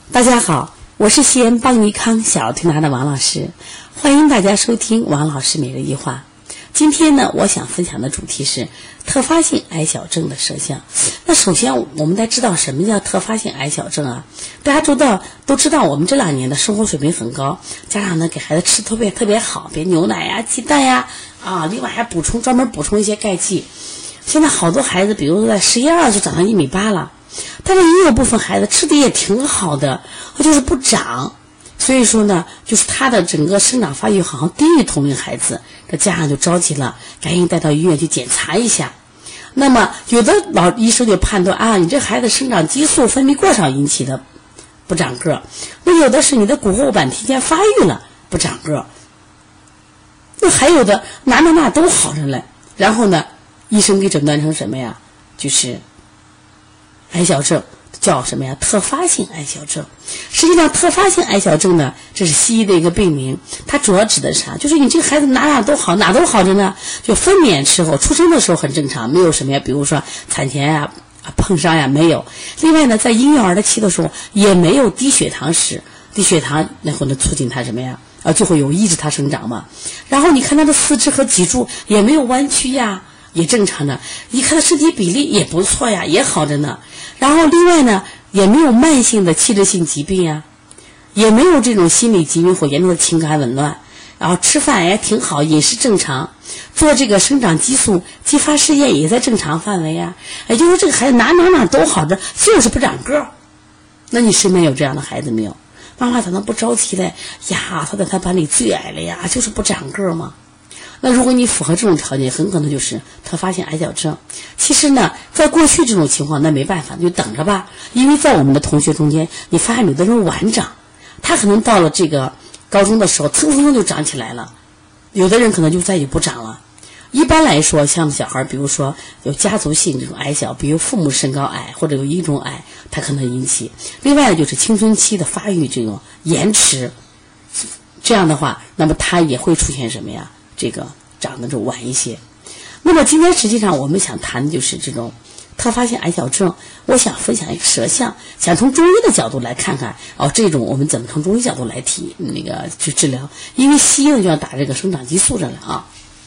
大家好，我是西安邦尼康小儿推拿的王老师，欢迎大家收听王老师每日一话。今天呢，我想分享的主题是特发性矮小症的舌象。那首先我们得知道什么叫特发性矮小症啊？大家都知道我们这2年的生活水平很高，家长呢给孩子吃特别好，比如牛奶呀、鸡蛋呀另外还专门补充一些钙剂。现在好多孩子，比如说在11、12岁长到1.8米了，但是也有部分孩子吃的也挺好的，就是不长。所以说呢，就是他的整个生长发育好像低于同龄孩子，这家长就着急了，赶紧带到医院去检查一下。那么有的老医生就判断你这孩子生长激素分泌过少引起的不长个，那有的是你的骨后板提前发育了不长个，那还有的哪都好着嘞。然后呢，医生给诊断成什么呀？就是矮小症，叫什么呀？特发性矮小症。实际上特发性矮小症呢，这是西医的一个病名，它主要指的是啥？就是你这个孩子哪都好着呢，就分娩之后出生的时候很正常，没有什么呀，比如说产前呀、碰伤呀没有。另外呢，在婴幼儿的期的时候也没有低血糖史，低血糖然后呢促进它什么呀？就会有抑制它生长嘛。然后你看他的四肢和脊柱也没有弯曲呀，也正常的。你看他身体比例也不错呀，也好着呢。然后另外呢，也没有慢性的器质性疾病呀，也没有这种心理疾病或严重的情感紊乱。然后吃饭也挺好，饮食正常，做这个生长激素激发试验也在正常范围呀。也就是说这个孩子哪都好着，就是不长个。那你身边有这样的孩子没有？妈妈咋能不着急嘞？呀，他在他班里最矮了呀，就是不长个嘛。那如果你符合这种条件，很可能就是特发性矮小症。其实呢，在过去这种情况，那没办法，就等着吧。因为在我们的同学中间，你发现有的人晚长，他可能到了这个高中的时候，蹭就长起来了；有的人可能就再也不长了。一般来说，像小孩，比如说有家族性这种矮小，比如父母身高矮或者有一种矮，它可能引起。另外呢，就是青春期的发育这种延迟，这样的话，那么它也会出现什么呀？这个长得就晚一些。那么今天实际上我们想谈的就是这种特发性矮小症。我想分享一个舌象，想从中医的角度来看看这种我们怎么从中医角度来去治疗。因为西医呢就要打这个生长激素上来啊。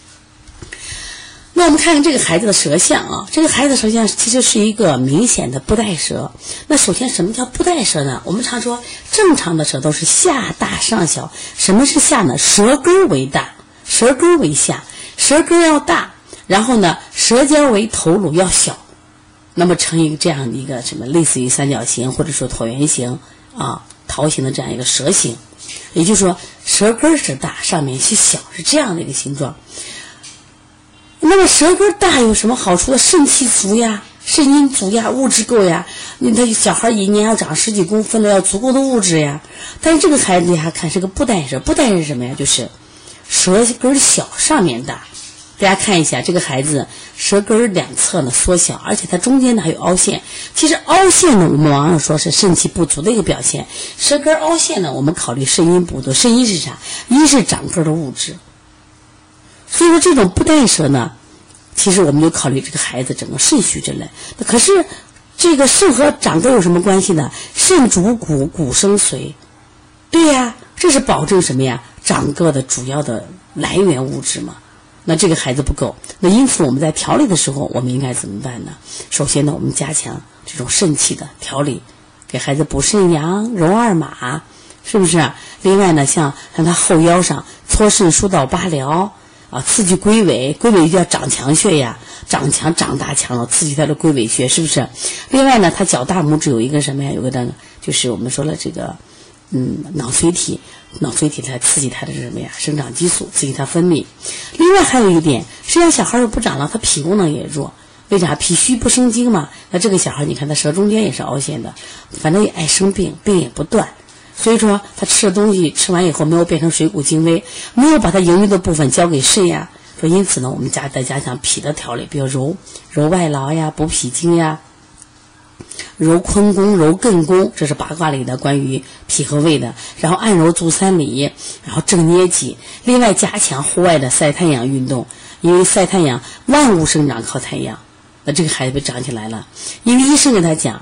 那我们看看这个孩子的舌象这个孩子的舌象其实是一个明显的布袋舌。那首先什么叫布袋舌呢？我们常说正常的舌头是下大上小。什么是下呢？舌根为大，舌根为下，舌根要大，然后呢舌尖为头颅要小，那么成一个这样的一个什么类似于三角形或者说椭圆形桃形的这样一个舌形。也就是说舌根是大，上面是小，是这样的一个形状。那么舌根大有什么好处呢？肾气足呀，肾阴足呀，物质够呀。你的小孩一年要长10几公分的，要足够的物质呀。但是这个孩子你还看是个布袋舌，布袋是什么呀？就是舌根小，上面大。大家看一下这个孩子舌根两侧呢缩小，而且它中间呢还有凹陷。其实凹陷呢，我们往往说是肾气不足的一个表现。舌根凹陷呢，我们考虑肾阴不足。肾阴是啥？阴是长个的物质。所以说这种布袋舌呢，其实我们就考虑这个孩子整个肾虚之类。可是这个肾和长个有什么关系呢？肾主骨，骨生髓。对呀，这是保证什么呀？长个的主要的来源物质嘛。那这个孩子不够，那因此我们在调理的时候，我们应该怎么办呢？首先呢，我们加强这种肾气的调理，给孩子补肾阳、揉二马，是不是？另外呢，像他后腰上搓肾疏导八髎刺激龟尾，龟尾就叫长强穴呀，长大强了，刺激他的龟尾穴，是不是？另外呢，他脚大拇指有一个什么呀？有个就是我们说了这个脑髓体来刺激他的什么呀？生长激素，刺激他分泌。另外还有一点，实际上小孩又不长了，他脾功能也弱。为啥？脾虚不生精嘛。那这个小孩你看他舌中间也是凹陷的，反正也爱生病，病也不断。所以说他吃的东西吃完以后没有变成水谷精微，没有把他盈余的部分交给肾呀。说因此呢，我们再加强脾的调理，比如揉外劳呀，补脾经呀，揉坤宫、揉艮宫，这是八卦里的关于脾和胃的。然后按揉足三里，然后正捏脊。另外加强户外的晒太阳运动，因为晒太阳，万物生长靠太阳。那这个孩子被长起来了，因为医生跟他讲，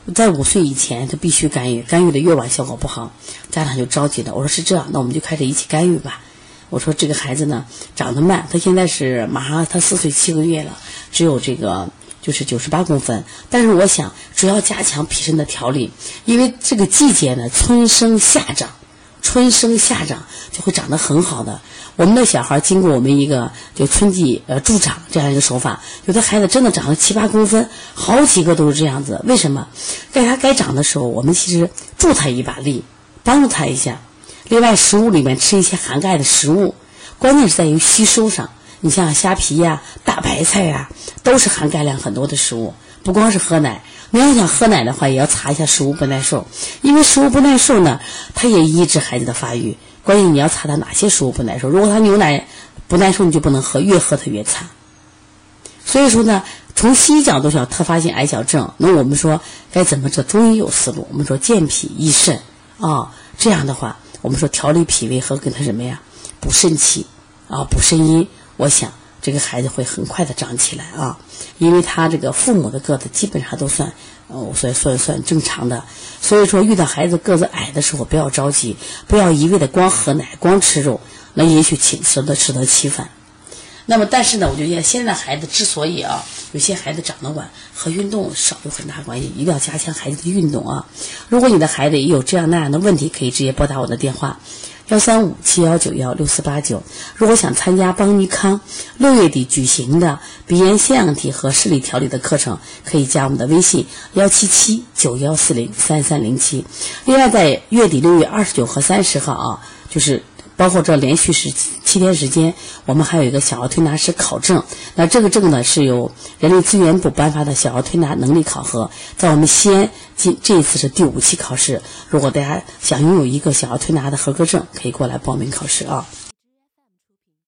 在5岁以前就必须干预，干预的越晚效果不好，家长就着急了。我说是这样，那我们就开始一起干预吧。我说这个孩子呢长得慢，他现在是马上他4岁7个月了，只有这个就是98公分，但是我想主要加强脾肾的调理，因为这个季节呢春生夏长，春生夏长就会长得很好的。我们的小孩经过我们一个就春季助长这样一个手法，有的孩子真的长了7、8公分，好几个都是这样子。为什么？在他该长的时候，我们其实助他一把力，帮助他一下。另外食物里面吃一些含钙的食物，关键是在于吸收上。你像虾皮呀、大白菜呀，都是含钙量很多的食物。不光是喝奶，你要想喝奶的话，也要查一下食物不耐受，因为食物不耐受呢，它也抑制孩子的发育。关键你要查他哪些食物不耐受，如果他牛奶不耐受，你就不能喝，越喝他越差。所以说呢，从西医角度上，特发性矮小症，那我们说该怎么治？中医有思路，我们说健脾益肾啊，这样的话，我们说调理脾胃和跟他什么呀，补肾气啊，补肾阴。我想这个孩子会很快的长起来啊，因为他这个父母的个子基本上都算算正常的。所以说遇到孩子个子矮的时候，不要着急，不要一味的光喝奶光吃肉，那也许适得其反。那么但是呢，我觉得现在孩子之所以有些孩子长得晚，和运动少有很大关系，一定要加强孩子的运动啊。如果你的孩子也有这样那样的问题，可以直接拨打我的电话13571916489。如果想参加邦尼康6月底举行的鼻炎腺样体和视力调理的课程，可以加我们的微信17791403307。另外在月底6月29和30号就是包括这连续7天时间，我们还有一个小儿推拿师考证。那这个证呢是由人力资源部颁发的小儿推拿能力考核，在我们西安这一次是第5期考试。如果大家想拥有一个小儿推拿的合格证，可以过来报名考试啊。